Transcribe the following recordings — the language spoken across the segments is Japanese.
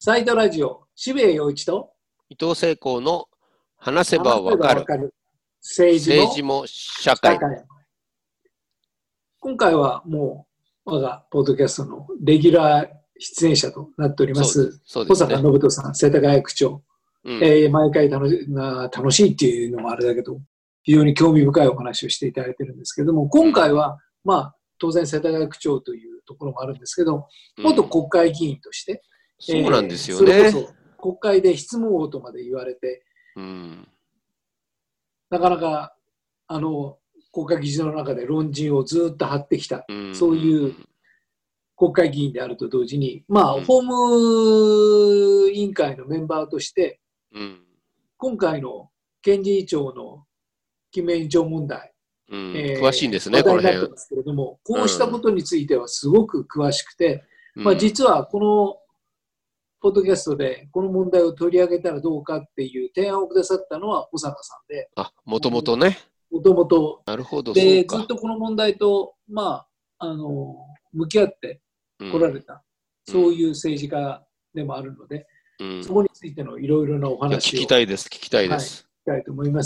サイトラジオ、渋谷陽一と伊藤聖光の話せばわかる政治も社会。 今回はもう我がポッドキャストのレギュラー出演者となっております、保坂信人さん、世田谷区長。毎回楽しいっていうのもあれだけど、非常に興味深いお話をしていただいてるんですけども、今回は、当然世田谷区長というところもあるんですけど、元国会議員として、 そうなんですよね。 それこそ国会で質問王とまで言われて、なかなか国会議事堂の中で論陣をずっと張ってきた、そういう国会議員であると同時に、法務委員会のメンバーとして、今回の検事長の金明院長問題、 詳しいんですね、 話題になってますけれども、こうしたことについてはすごく詳しくて、実はこのポッドキャストでこの問題を取り上げたらどうかっていう提案をくださったのは保坂さんで、 もともとね。 もともと。 なるほど。 で、ずっとこの問題と、向き合ってこられた、そういう政治家でもあるので、そこについてのいろいろなお話を聞きたいです。 聞きたいと思います。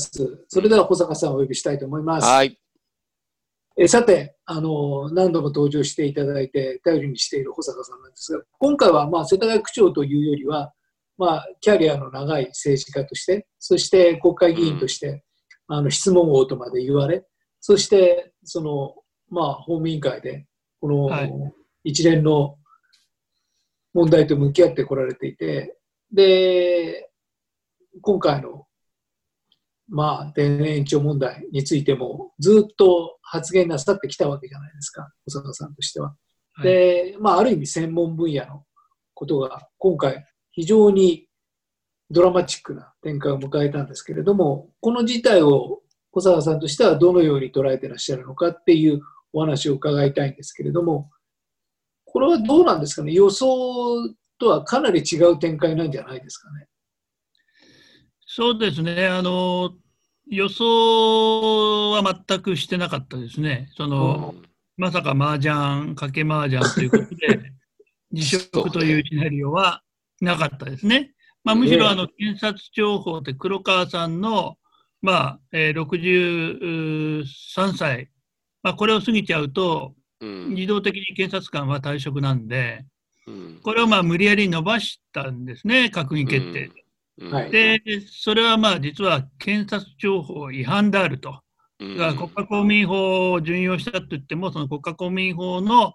それでは保坂さんをお呼びしたいと思います。 はい。 さて、何度も登場していただいて頼りにしている保坂さんなんですが、今回は世田谷区長というよりは、キャリアの長い政治家として、そして国会議員として、質問王とまで言われ、そして法務委員会でこの一連の問題と向き合ってこられていて、で今回の定年延長問題についてもずっと発言なさってきたわけじゃないですか、保坂さんとしては。で、ある意味専門分野のことが今回非常にドラマチックな展開を迎えたんですけれども、この事態を保坂さんとしてはどのように捉えてらっしゃるのかっていうお話を伺いたいんですけれども、これはどうなんですかね、予想とはかなり違う展開なんじゃないですかね。 そうですね、予想は全くしてなかったですね。まさか麻雀、賭け麻雀ということで、辞職というシナリオはなかったですね。むしろ検察庁法で黒川さんの、63歳、これを過ぎちゃうと、自動的に検察官は退職なんで、これを無理やり伸ばしたんですね、閣議決定で。で、それは実は検察庁法違反であると。国家公務員法を準用したと言っても、その国家公務員法の、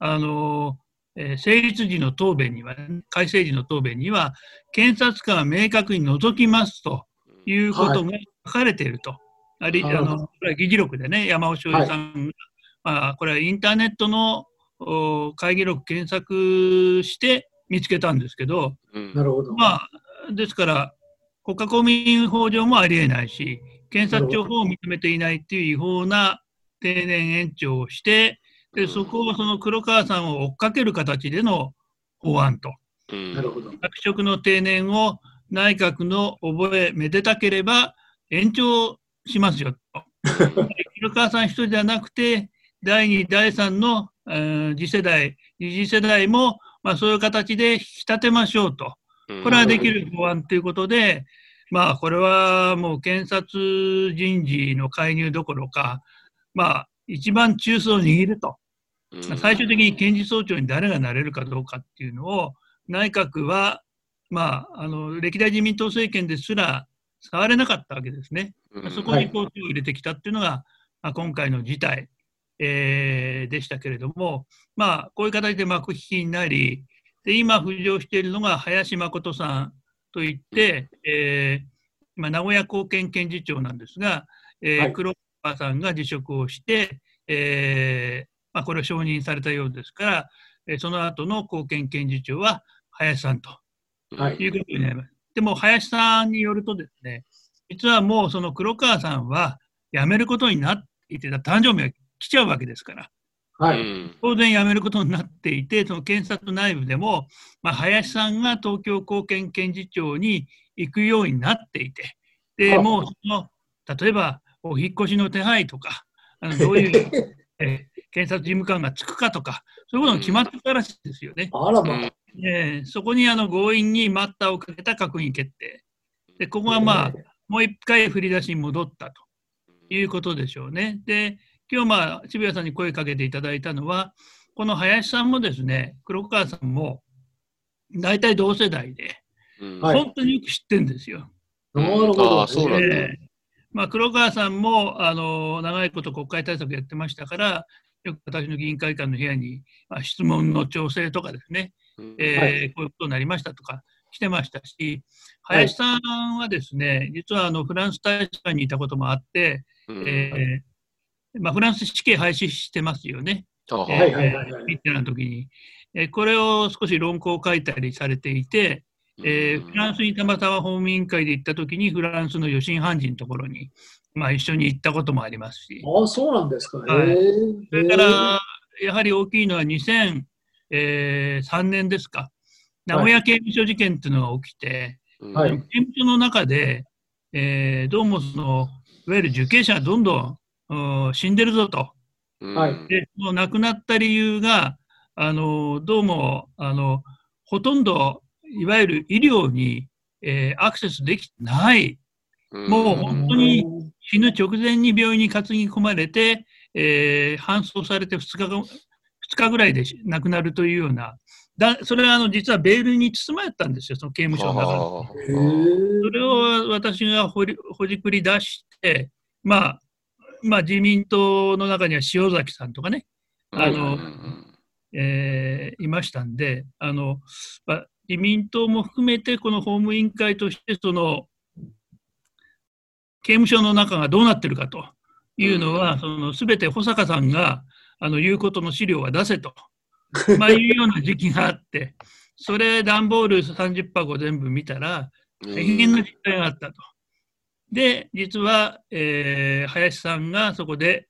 成立時の答弁には、改正時の答弁には、検察官は明確に除きますということが書かれていると。これは議事録でね、山尾昌司さんが、これはインターネットの会議録検索して見つけたんですけど、 なるほど。 ですから、国家公務員法上もありえないし、検察庁法を認めていないという違法な定年延長をして、でそこをその黒川さんを追っかける形での法案と。 なるほど。 役職の定年を内閣の覚えめでたければ延長しますよと。黒川さん一人ではなくて、第2、第3の、次世代、二次世代も、そういう形で引き立てましょうと。これはできる法案ということで、これはもう検察人事の介入どころか、一番中枢を握ると。最終的に検事総長に誰がなれるかどうかっていうのを、内閣は、歴代自民党政権ですら触れなかったわけですね。そこに手を入れてきたっていうのが、今回の事態、でしたけれども、こういう形で幕引きになり、で今浮上しているのが林真琴さんといって、名古屋高検検事長なんですが、黒川さんが辞職をして、これを承認されたようですから、その後の高検検事長は林さんということになります。でも林さんによるとですね、実はもうその黒川さんは辞めることになっていて、誕生日が来ちゃうわけですから。当然辞めることになっていて、その検察内部でも、林さんが東京高検検事長に行くようになっていて、でもう例えばお引っ越しの手配とか、どういう検察事務官がつくかとか、そういうことが決まってたらしいですよね。 そこに強引に待ったをかけた閣議決定。で、ここはまあ、もう一回振り出しに戻ったということでしょうね。で、今日渋谷さんに声かけていただいたのは、この林さんもですね、黒川さんも、大体同世代で、本当によく知ってるんですよ。 なるほど。 そうなんだ。 黒川さんも長いこと国会対策やってましたから、よく私の議員会館の部屋に、質問の調整とかですね、こういうことになりましたとか来てましたし、林さんはですね、実はフランス大使館にいたこともあって、フランス死刑廃止してますよね。ミッテランの時に、これを少し論考を書いたりされていて、フランスにたまたま法務委員会で行った時にフランスの余震判事のところに、一緒に行ったこともありますし。 そうなんですか。 それからやはり大きいのは2003年ですか、名古屋刑務所事件っていうのが起きて、刑務所の中で、どうもいわゆる受刑者がどんどん死んでるぞと。で、その亡くなった理由が、どうもほとんどいわゆる医療に、アクセスできてない、もう本当に死ぬ直前に病院に担ぎ込まれて、搬送されて2日ぐらいで亡くなるというような、それは実はベールに包まれたんですよ、その刑務所の中で。それを私がほじくり出して、自民党の中には塩崎さんとかね、いましたんで、自民党も含めてこの法務委員会として刑務所の中がどうなってるかというのは、全て保坂さんが言うことの資料は出せと、いうような時期があって、それ段ボール30箱全部見たら大変な実態があったと。で、実は、林さんがそこで、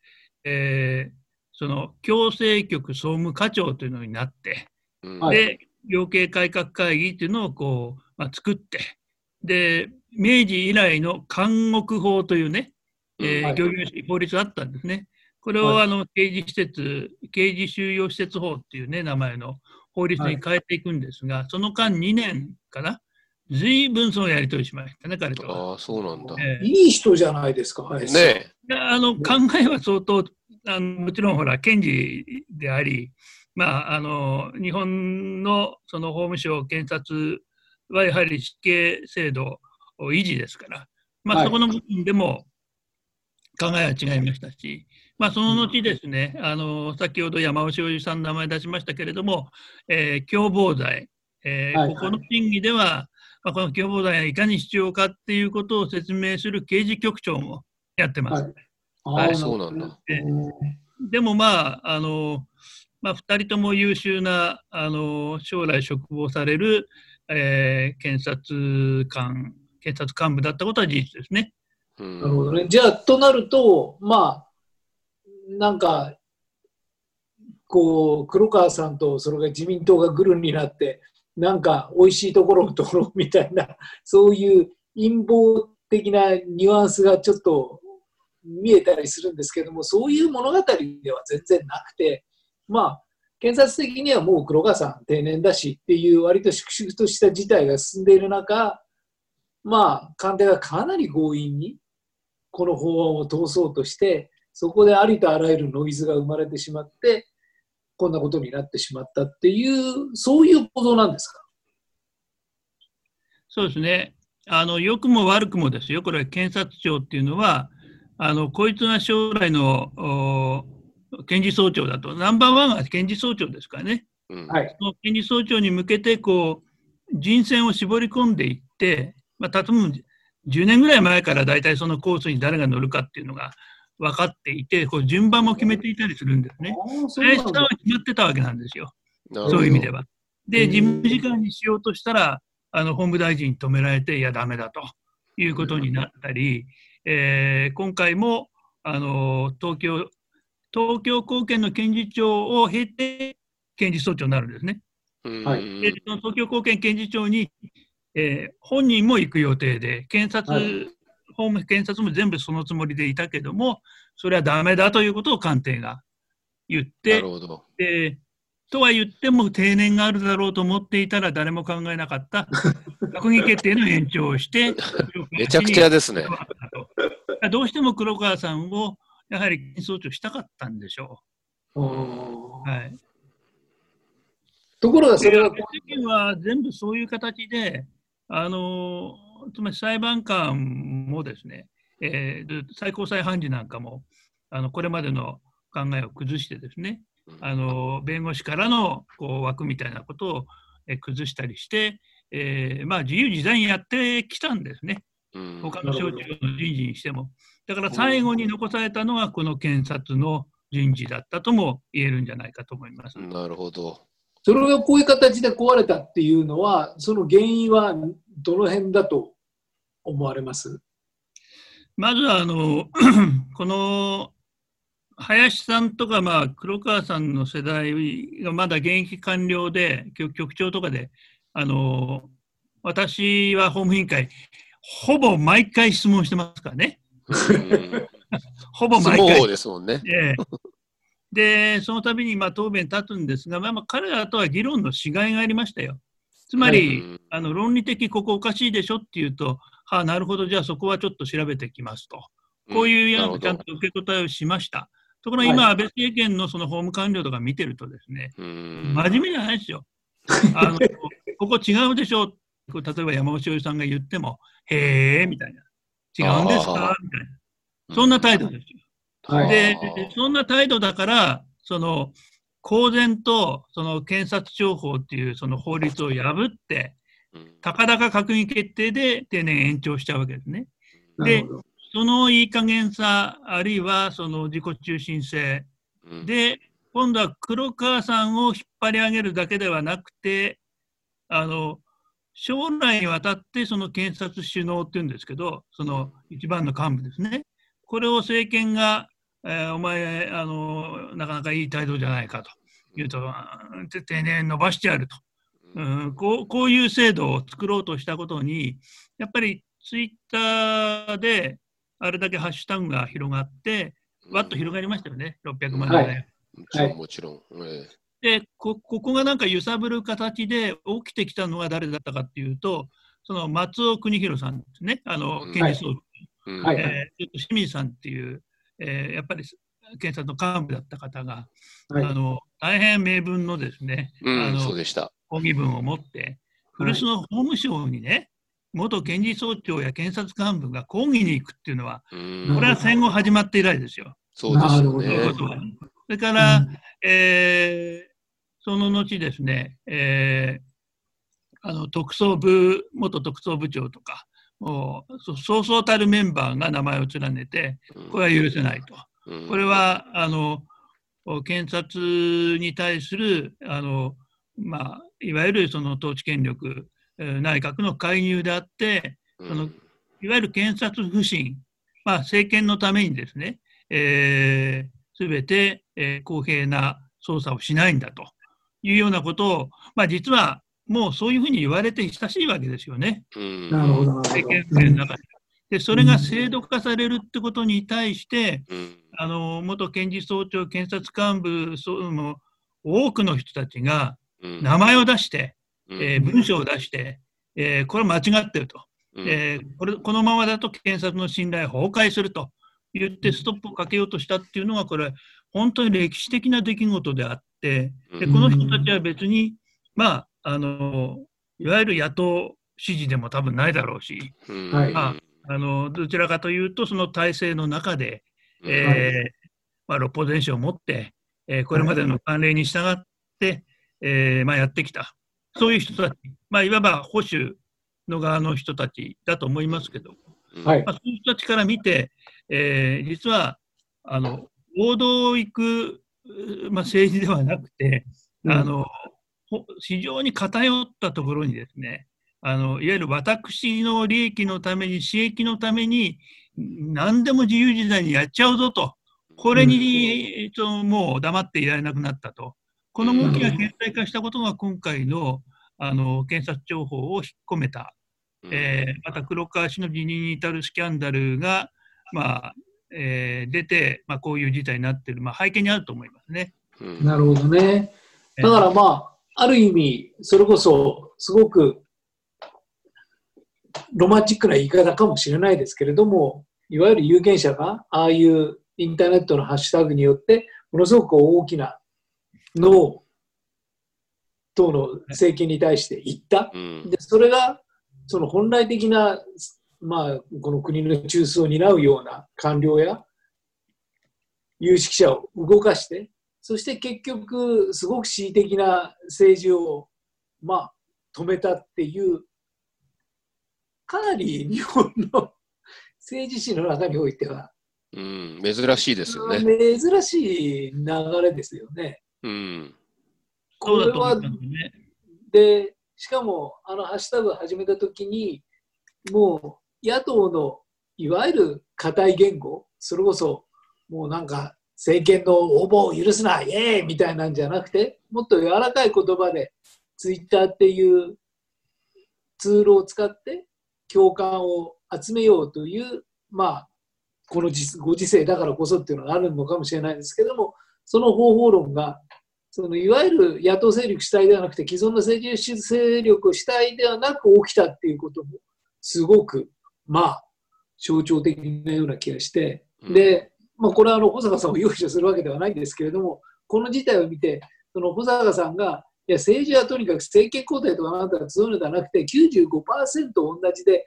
矯正局総務課長というのになって、で、養鶏改革会議というのを作って、で、明治以来の監獄法というね、漁業法律があったんですね。これを刑事収容施設法っていうね、名前の法律に変えていくんですが、その間2年かな、随分そのやり取りしましたね、彼とは。 そうなんだ。 いい人じゃないですか、林さん。 考えは相当、もちろんほら、検事であり、日本のその法務省、検察はやはり死刑制度を維持ですから、そこの部分でも考えは違いましたし、その後ですね、先ほど山尾昌司さんの名前出しましたけれども、共謀罪、ここの審議では、この共謀罪がいかに必要かっていうことを説明する刑事局長もやってます。 そうなんだ。 でも2人とも優秀な将来嘱望される、検察幹部だったことは事実ですね。 なるほどね。じゃあとなるとなんか黒川さんとそれが自民党がグルになってなんか美味しいところを取ろうみたいなそういう陰謀的なニュアンスがちょっと見えたりするんですけども、そういう物語では全然なくて、検察的にはもう黒川さん定年だしっていう割と粛々とした事態が進んでいる中、官邸がかなり強引にこの法案を通そうとして、そこでありとあらゆるノイズが生まれてしまって、こんなことになってしまったっていう、そういう構造なんですか？ そうですね。良くも悪くもですよ、これ、検察庁っていうのは、こいつが将来の検事総長だと、ナンバーワンが検事総長ですからね、その検事総長に向けて人選を絞り込んでいって、多分10年ぐらい前から大体そのコースに誰が乗るかっていうのが分かっていて、順番も決めていたりするんですね。林さんは決まってたわけなんですよ、そういう意味では。で、事務次官にしようとしたら、法務大臣に止められて、いや、ダメだということになったり、今回も東京高検の検事長を経て検事総長になるんですね。でその東京高検検事長に、本人も行く予定で、法務検察も全部そのつもりでいたけども、それはダメだということを官邸が言って、 とは言っても定年があるだろうと思っていたら誰も考えなかった閣議決定の延長をしてめちゃくちゃですね。 どうしても黒川さんをやはり検事総長したかったんでしょう。はい、 ところがそれは世間は全部そういう形でつまり裁判官もですね、最高裁判事なんかもこれまでの考えを崩してですね、弁護士からのこう枠みたいなことを崩したりして、まあ、自由自在にやってきたんですね、他の省庁の人事にしても。だから最後に残されたのはこの検察の人事だったとも言えるんじゃないかと思います。 なるほど。 それがこういう形で壊れたっていうのは、その原因はどの辺だと思われます？ まずはこの林さんとか、まあ、黒川さんの世代がまだ現役官僚で局長とかで私は法務委員会ほぼ毎回質問してますからね。ほぼ毎回。 そうですもんね。 でその度にまあ答弁立つんですが、まあ、彼らとは議論のしがいがありましたよ。つまり、論理的ここおかしいでしょっていうと、はあ、なるほど、じゃあそこはちょっと調べてきますと。こういうようなちゃんと受け答えをしました。ところが今、安倍政権のその法務官僚とか見てるとですね、真面目じゃないですよ。ここ違うでしょ。例えば山尾志さんが言っても、へーみたいな。違うんですかみたいな。そんな態度ですよ。で、そんな態度だから、公然とその検察庁法っていうその法律を破って、たかだか閣議決定で定年延長しちゃうわけですね。で、そのいい加減さ、あるいはその自己中心性で、今度は黒川さんを引っ張り上げるだけではなくて、将来にわたってその検察首脳っていうんですけど、その一番の幹部ですね、これを政権が、お前なかなかいい態度じゃないかというと、定年伸ばしてやると、こういう制度を作ろうとしたことに、やっぱりツイッターであれだけハッシュタグが広がって、わっと広がりましたよね、600万人で。 もちろん。 でここがなんか揺さぶる形で起きてきたのが誰だったかっていうと、その松尾邦弘さんですね、検事総長、清水さんっていう、やっぱり検察の幹部だった方が、大変名分のですね、 そうでした。 抗議文を持って、古巣の法務省にね、元検事総長や検察幹部が抗議に行くっていうのは、これは戦後始まって以来ですよ。 そうですよね。 それから、その後ですね、元特捜部長とか、もうそうそうたるメンバーが名前を連ねて、これは許せないと。これは検察に対するいわゆるその統治権力、内閣の介入であって、いわゆる検察不信、政権のためにですね、すべて公平な捜査をしないんだというようなことを、実はもうそういうふうに言われて親しいわけですよね。 なるほど。 政権の中で。それが制度化されるってことに対して、元検事総長、検察幹部の多くの人たちが名前を出して、文章を出して、これ間違ってると、このままだと検察の信頼は崩壊すると言ってストップをかけようとしたっていうのが、これ本当に歴史的な出来事であって、でこの人たちは別に、いわゆる野党支持でも多分ないだろうし、どちらかというとその体制の中で、六法全書を持って、これまでの慣例に従って、やってきた、そういう人たち、いわば保守の側の人たちだと思いますけど、そういう人たちから見て、実は王道を行く、政治ではなくて、非常に偏ったところにですね、いわゆる私の利益のために、私益のために、何でも自由自在にやっちゃうぞと、これにもう黙っていられなくなったと、この動きが顕在化したことが今回の検察庁法を引っ込めた、また黒川氏の辞任に至るスキャンダルが、出て、こういう事態になっている、背景にあると思いますね。 なるほどね。 だからまあ、ある意味、それこそすごくロマンチックな言い方かもしれないですけれども、いわゆる有権者がああいうインターネットのハッシュタグによって、ものすごく大きなノー党の政権に対して言った。で、それがその本来的な、まあ、この国の中枢を担うような官僚や有識者を動かして、そして結局すごく恣意的な政治を、まあ、止めたっていう、かなり日本の政治史の中においては、 珍しいですよね。 珍しい流れですよね。これは、で、しかもハッシュタグを始めたときに、もう野党のいわゆる固い言語、それこそもうなんか政権の横暴を許すな、イエーイみたいなんじゃなくて、もっと柔らかい言葉でツイッターっていうツールを使って共感を集めようという、まあ、このご時世だからこそっていうのがあるのかもしれないですけども、その方法論がそのいわゆる野党勢力主体ではなくて既存の政治勢力主体ではなく起きたっていうこともすごくまあ象徴的なような気がして、で、まあ、これは保坂さんを擁護するわけではないんですけれども、この事態を見てその保坂さんがいや政治はとにかく政権交代とかなんかそういうのではなくて 95% 同じで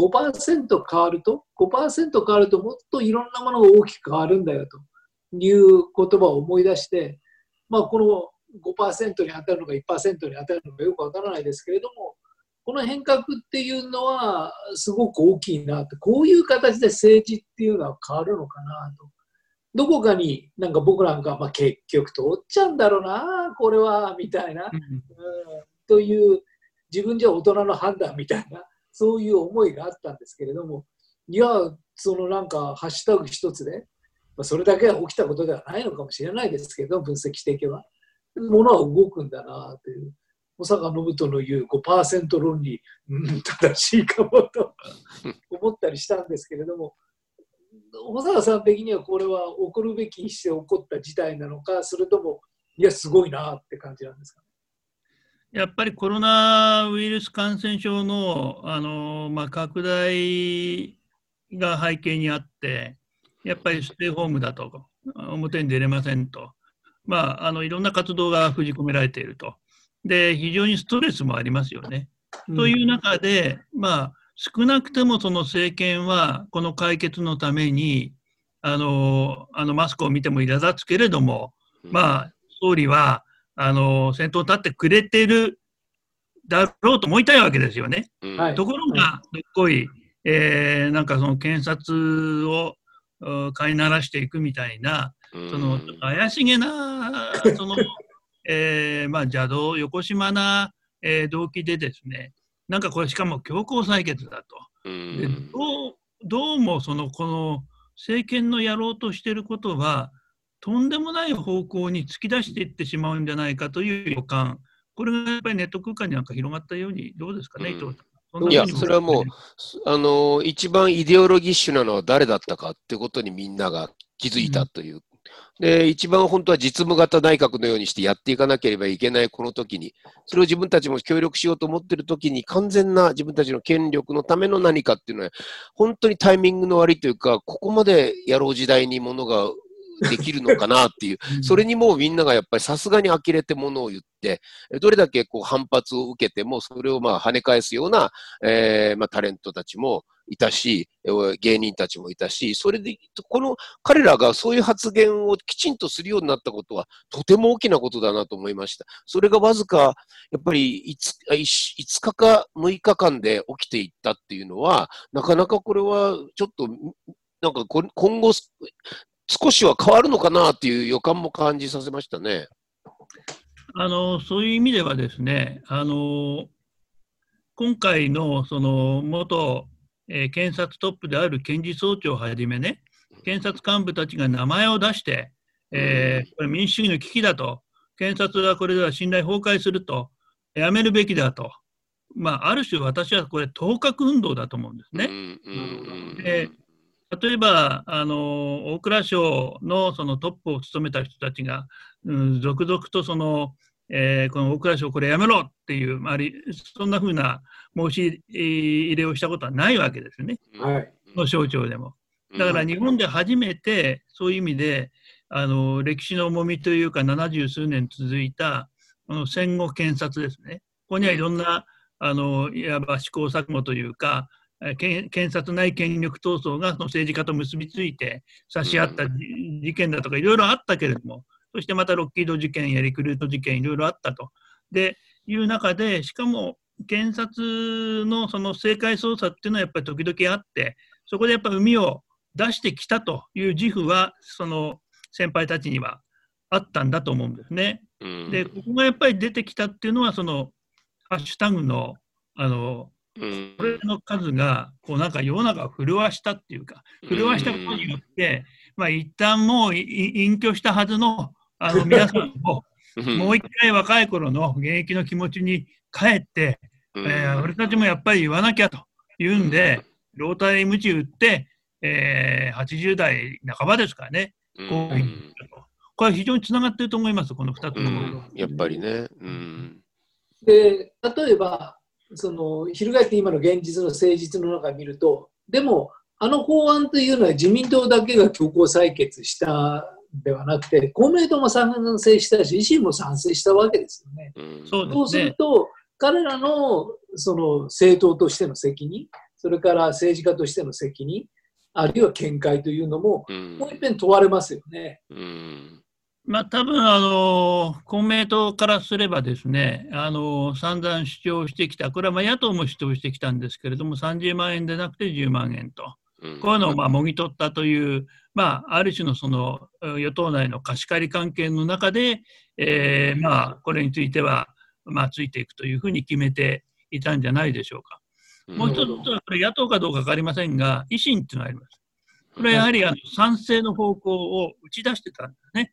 5% 変わるともっといろんなものが大きく変わるんだよという言葉を思い出して、まあ、この 5% に当たるのか 1% に当たるのかよくわからないですけれども、この変革っていうのはすごく大きいなと、こういう形で政治っていうのは変わるのかなと。どこかになんか僕なんか、まあ、結局通っちゃうんだろうなこれはみたいな、という自分じゃ大人の判断みたいなそういう思いがあったんですけれども、いやそのなんかハッシュタグ一つで、まあ、それだけは起きたことではないのかもしれないですけど、分析していけばものは動くんだなという、保坂信人の言う 5% 論理、正しいかもと思ったりしたんですけれども、保坂さん的にはこれは起こるべきして起こった事態なのか、それともいやすごいなって感じなんですか。 やっぱりコロナウイルス感染症の、拡大が背景にあって、やっぱりステイホームだと、表に出れませんと、いろんな活動が封じ込められていると、で非常にストレスもありますよね。という中で、少なくともその政権はこの解決のためにマスクを見ても苛立つけれども、総理は先頭に立ってくれてるだろうと思いたいわけですよね。ところが、すっごい、なんかその検察を飼いならしていくみたいな、その怪しげなその、邪道、よこしまな、動機でですね、なんかこれしかも強行採決だと。でどうもこの政権のやろうとしていることはとんでもない方向に突き出していってしまうんじゃないかという予感、これがやっぱりネット空間になんか広がったように、どうですかね、伊藤さん。 いや、それはもう、一番イデオロギッシュなのは誰だったかってことにみんなが気づいたという。で、一番本当は実務型内閣のようにしてやっていかなければいけないこの時に、それを自分たちも協力しようと思っている時に、完全な自分たちの権力のための何かっていうのは、本当にタイミングの悪いというか、ここまでやろう時代にものができるのかなっていう、それにもうみんながやっぱりさすがに呆れてものを言って、どれだけこう反発を受けても、それを跳ね返すような、タレントたちもいたし、芸人たちもいたし、それで、彼らがそういう発言をきちんとするようになったことは、とても大きなことだなと思いました。それがわずか、やっぱり5日か6日間で起きていったっていうのは、なかなかこれはちょっと、なんか今後、少しは変わるのかなっていう予感も感じさせましたね。 そういう意味ではですね、今回のその元、検察トップである検事総長をはじめね、検察幹部たちが名前を出して、これ民主主義の危機だと、検察はこれでは信頼崩壊すると、やめるべきだと、ある種私はこれ当確運動だと思うんですね。例えば大蔵省のそのトップを務めた人たちが、続々とその、 この大蔵省これやめろっていう、そんなふうな申し入れをしたことはないわけですよね、 はい、 の省庁でも。だから日本で初めてそういう意味で歴史の重みというか70数年続いた戦後検察ですね。ここにはいろんないわば試行錯誤というか検察内権力闘争がその政治家と結びついて差し合った事件だとかいろいろあったけれども、そしてまたロッキード事件やリクルート事件いろいろあったとでいう中で、しかも検察のその政界捜査っていうのはやっぱり時々あって、そこでやっぱり膿を出してきたという自負はその先輩たちにはあったんだと思うんですね。でここがやっぱり出てきたっていうのはそのハッシュタグのこれの数がこうなんか世の中を震わしたっていうか、震わしたことによって、一旦もう隠居したはずの皆さんももう一回若い頃の現役の気持ちに帰って、俺たちもやっぱり言わなきゃというんで、老体鞭打って、80代半ばですからね、これは非常につながっていると思います、この2つのもの。 やっぱりね。 で例えばその翻って今の現実の政治の中を見ると、でも法案というのは自民党だけが強行採決したではなくて、公明党も賛成したし維新も賛成したわけですよね。そうすると彼らのその政党としての責任、それから政治家としての責任、あるいは見解というのももう一遍問われますよね。 多分公明党からすればですね、散々主張してきた、これは野党も主張してきたんですけれども、30万円でなくて10万円と、こういうのをもぎ取ったという、ある種のその与党内の貸し借り関係の中で、これについては、ついていくというふうに決めていたんじゃないでしょうか。もう一つは、これ野党かどうか分かりませんが、維新というのがあります。これはやはり賛成の方向を打ち出してたんですね。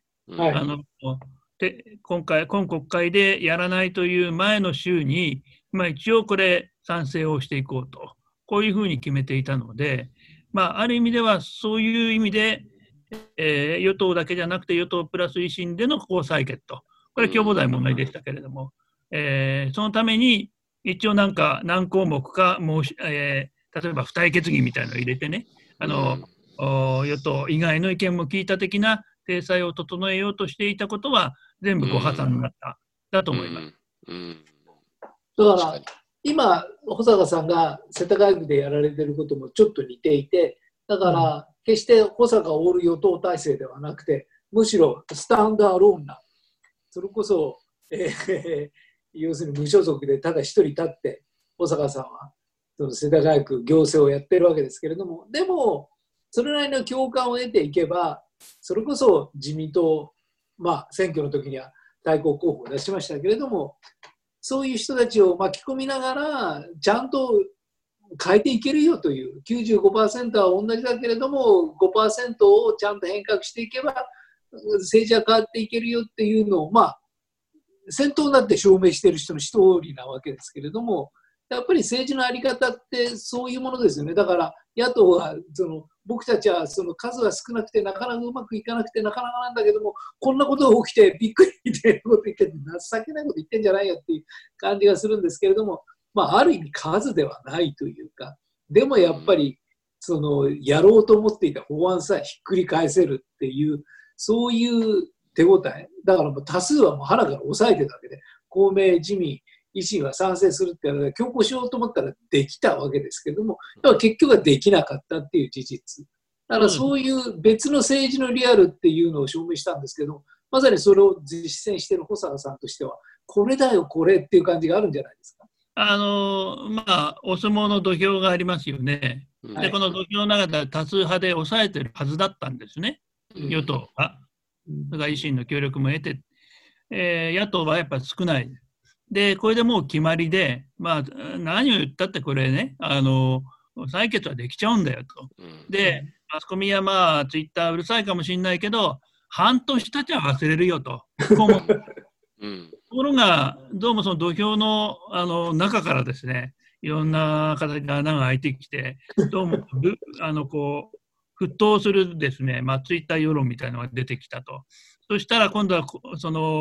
今国会でやらないという前の週に、一応これ賛成をしていこうと、こういうふうに決めていたので、ある意味ではそういう意味で、与党だけじゃなくて与党プラス維新での採決と、これは共謀罪問題でしたけれども、そのために一応何項目か例えば付帯決議みたいなのを入れてね、与党以外の意見も聞いた的な体裁を整えようとしていたことは全部ご破産になっただと思います。 だから今保坂さんが世田谷区でやられていることもちょっと似ていて、だから決して保坂オール与党体制ではなくて、むしろスタンドアローンな、それこそ、要するに無所属でただ一人立って保坂さんはその世田谷区行政をやってるわけですけれども、でもそれなりの共感を得ていけば、それこそ自民党、選挙の時には対抗候補を出しましたけれども、そういう人たちを巻き込みながらちゃんと変えていけるよという、95% は同じだけれども 5% をちゃんと変革していけば政治は変わっていけるよっていうのを先頭になって証明している人の一人なわけですけれども、やっぱり政治の在り方ってそういうものですよね。だから野党は僕たちはその数が少なくてなかなかうまくいかなくてなかなかなんだけども、こんなことが起きてびっくりみたいなこと言って情けないこと言ってんじゃないよっていう感じがするんですけれども、ある意味数ではないというか、でもやっぱりやろうと思っていた法案さえひっくり返せるっていう、そういう手応えだから、多数はもう腹から抑えてたわけで、公明自民維新は賛成するっていうので強行しようと思ったらできたわけですけれども、結局はできなかったっていう事実だから、そういう別の政治のリアルっていうのを証明したんですけど、まさにそれを実践している保坂さんとしてはこれだよこれっていう感じがあるんじゃないですか。 お相撲の土俵がありますよね。でこの土俵の中で多数派で抑えてるはずだったんですね、与党は。だから維新の協力も得て、野党はやっぱり少ない。でこれでもう決まりで、何を言ったってこれね、採決はできちゃうんだよと。でマスコミやツイッターうるさいかもしれないけど、半年経ちは忘れるよと。ところがどうもその土俵の中からですね、いろんな形で穴が開いてきて、どうも沸騰するですね、ツイッター世論みたいなのが出てきたと。そしたら今度は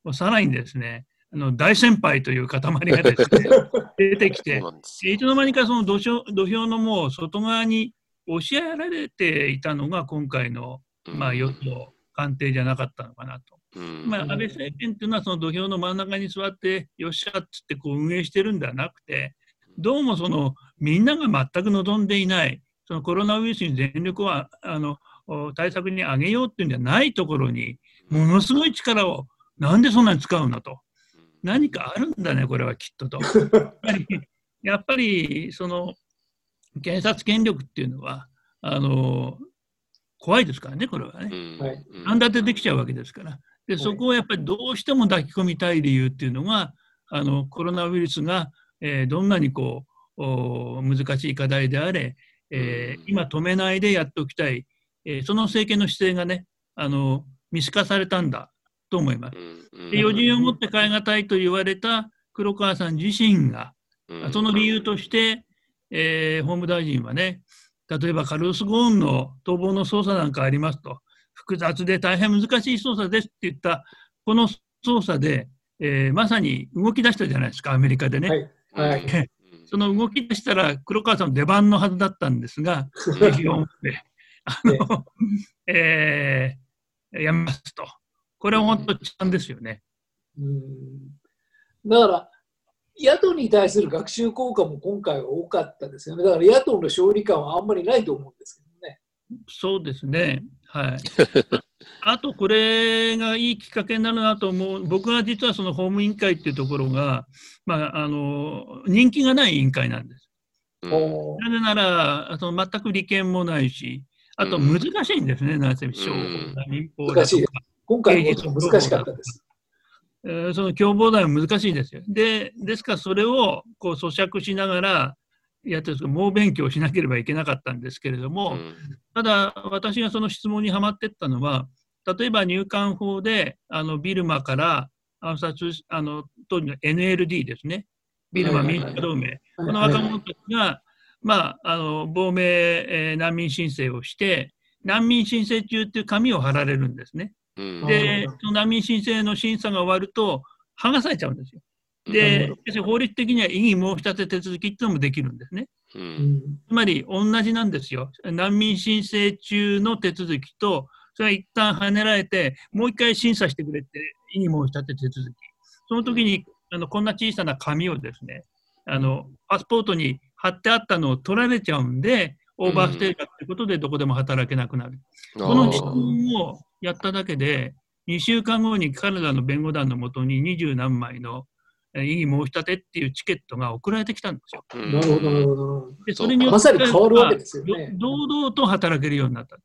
さらにですね、大先輩という塊がですね、出てきて、いつの間にかその土俵のもう外側に押しやられていたのが今回の、与党官邸じゃなかったのかなと。安倍政権というのはその土俵の真ん中に座ってよっしゃっつってこう運営してるんではなくて、どうもそのみんなが全く望んでいないそのコロナウイルスに全力を対策に上げようっていうんじゃないところにものすごい力をなんでそんなに使うのと、何かあるんだねこれはきっとと。やっぱりその検察権力っていうのは怖いですからね、これはね。何だってできちゃうわけですから。でそこをやっぱりどうしても抱き込みたい理由っていうのがコロナウイルスが、どんなにこう難しい課題であれ、今止めないでやっておきたい、その政権の姿勢がね見透かされたんだと思います。で余人をもって代え難いと言われた黒川さん自身がその理由として、法務大臣はね、例えばカルロス・ゴーンの逃亡の捜査なんかありますと、複雑で大変難しい捜査ですって言ったこの捜査で、まさに動き出したじゃないですか、アメリカでね。その動き出したら黒川さんの出番のはずだったんですが、やめますと。これは本当に違うんですよね。 だから野党に対する学習効果も今回は多かったですよね。だから野党の勝利感はあんまりないと思うんですけどね。 そうですね。はい。あとこれがいいきっかけになるなと思う。僕は実はその法務委員会っていうところが、人気がない委員会なんです。なぜなら全く利権もないし、あと難しいんですね。なんせ商法だ民法だとか。 今回も難しかったです。 その共謀罪は難しいですよ。ですからそれをこう咀嚼しながらやってるんですけど、猛勉強しなければいけなかったんですけれども、ただ私がその質問にはまっていったのは、例えば入管法でビルマから暗殺当時の NLD ですね、ビルマ民主化同盟、この若者たちが、亡命、難民申請をして、難民申請中っていう紙を貼られるんですね。で、その難民申請の審査が終わると、剥がされちゃうんですよ。で、法律的には異議申し立て手続きっていうのもできるんですね。つまり、同じなんですよ。難民申請中の手続きと、それは一旦跳ねられて、もう一回審査してくれって異議申し立て手続き。その時にこんな小さな紙をですね、パスポートに貼ってあったのを取られちゃうんで、オーバーステイだということでどこでも働けなくなる。この質問をやっただけで、2週間後にカナダの弁護団のもとに20何枚の異議申し立てっていうチケットが送られてきたんですよ。 なるほど、なるほど。 でそれによってまさに変わるわけですよね。 堂々と働けるようになった。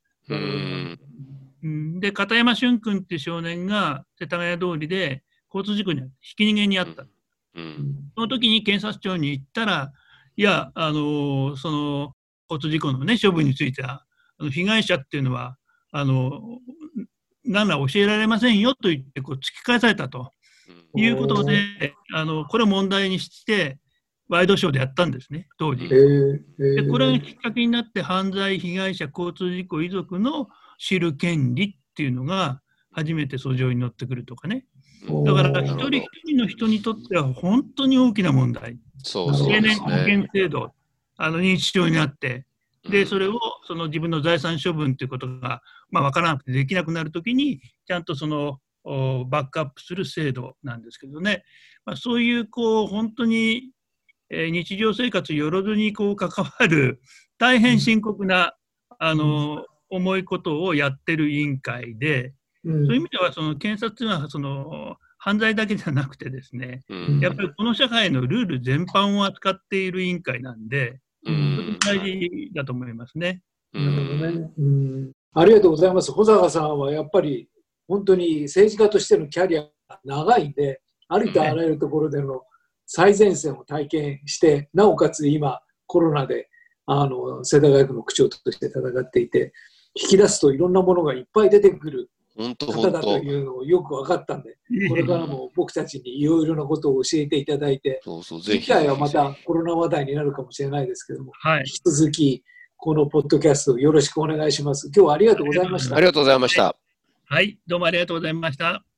で、片山俊君っていう少年が世田谷通りで交通事故にひき逃げにあった。その時に検察庁に行ったら、いや、その交通事故のね、処分については、被害者っていうのは、何ら教えられませんよと言ってこう突き返されたということで、これを問題にして、ワイドショーでやったんですね、当時。でこれがきっかけになって、犯罪被害者交通事故遺族の知る権利っていうのが初めて訴状に載ってくるとかね。だから一人一人の人にとっては本当に大きな問題。定年保険制度、認知症になって、でそれをその自分の財産処分ということが分からなくてできなくなるときに、ちゃんとそのバックアップする制度なんですけどね、そういう本当に日常生活よろずに関わる大変深刻な重いことをやってる委員会で、そういう意味ではその検察はその犯罪だけじゃなくてですね、やっぱりこの社会のルール全般を扱っている委員会なんで、とても大事だと思いますね。 なるほどね。ありがとうございます。保坂さんはやっぱり本当に政治家としてのキャリアが長いんで、ありとあらゆるところでの最前線を体験して、なおかつ今コロナで世田谷区の区長として戦っていて、引き出すといろんなものがいっぱい出てくる方だというのをよく分かったんで、これからも僕たちにいろいろなことを教えていただいて、次回はまたコロナ話題になるかもしれないですけども、引き続きこのポッドキャストよろしくお願いします。今日はありがとうございました。 ありがとうございました。 はい、どうもありがとうございました。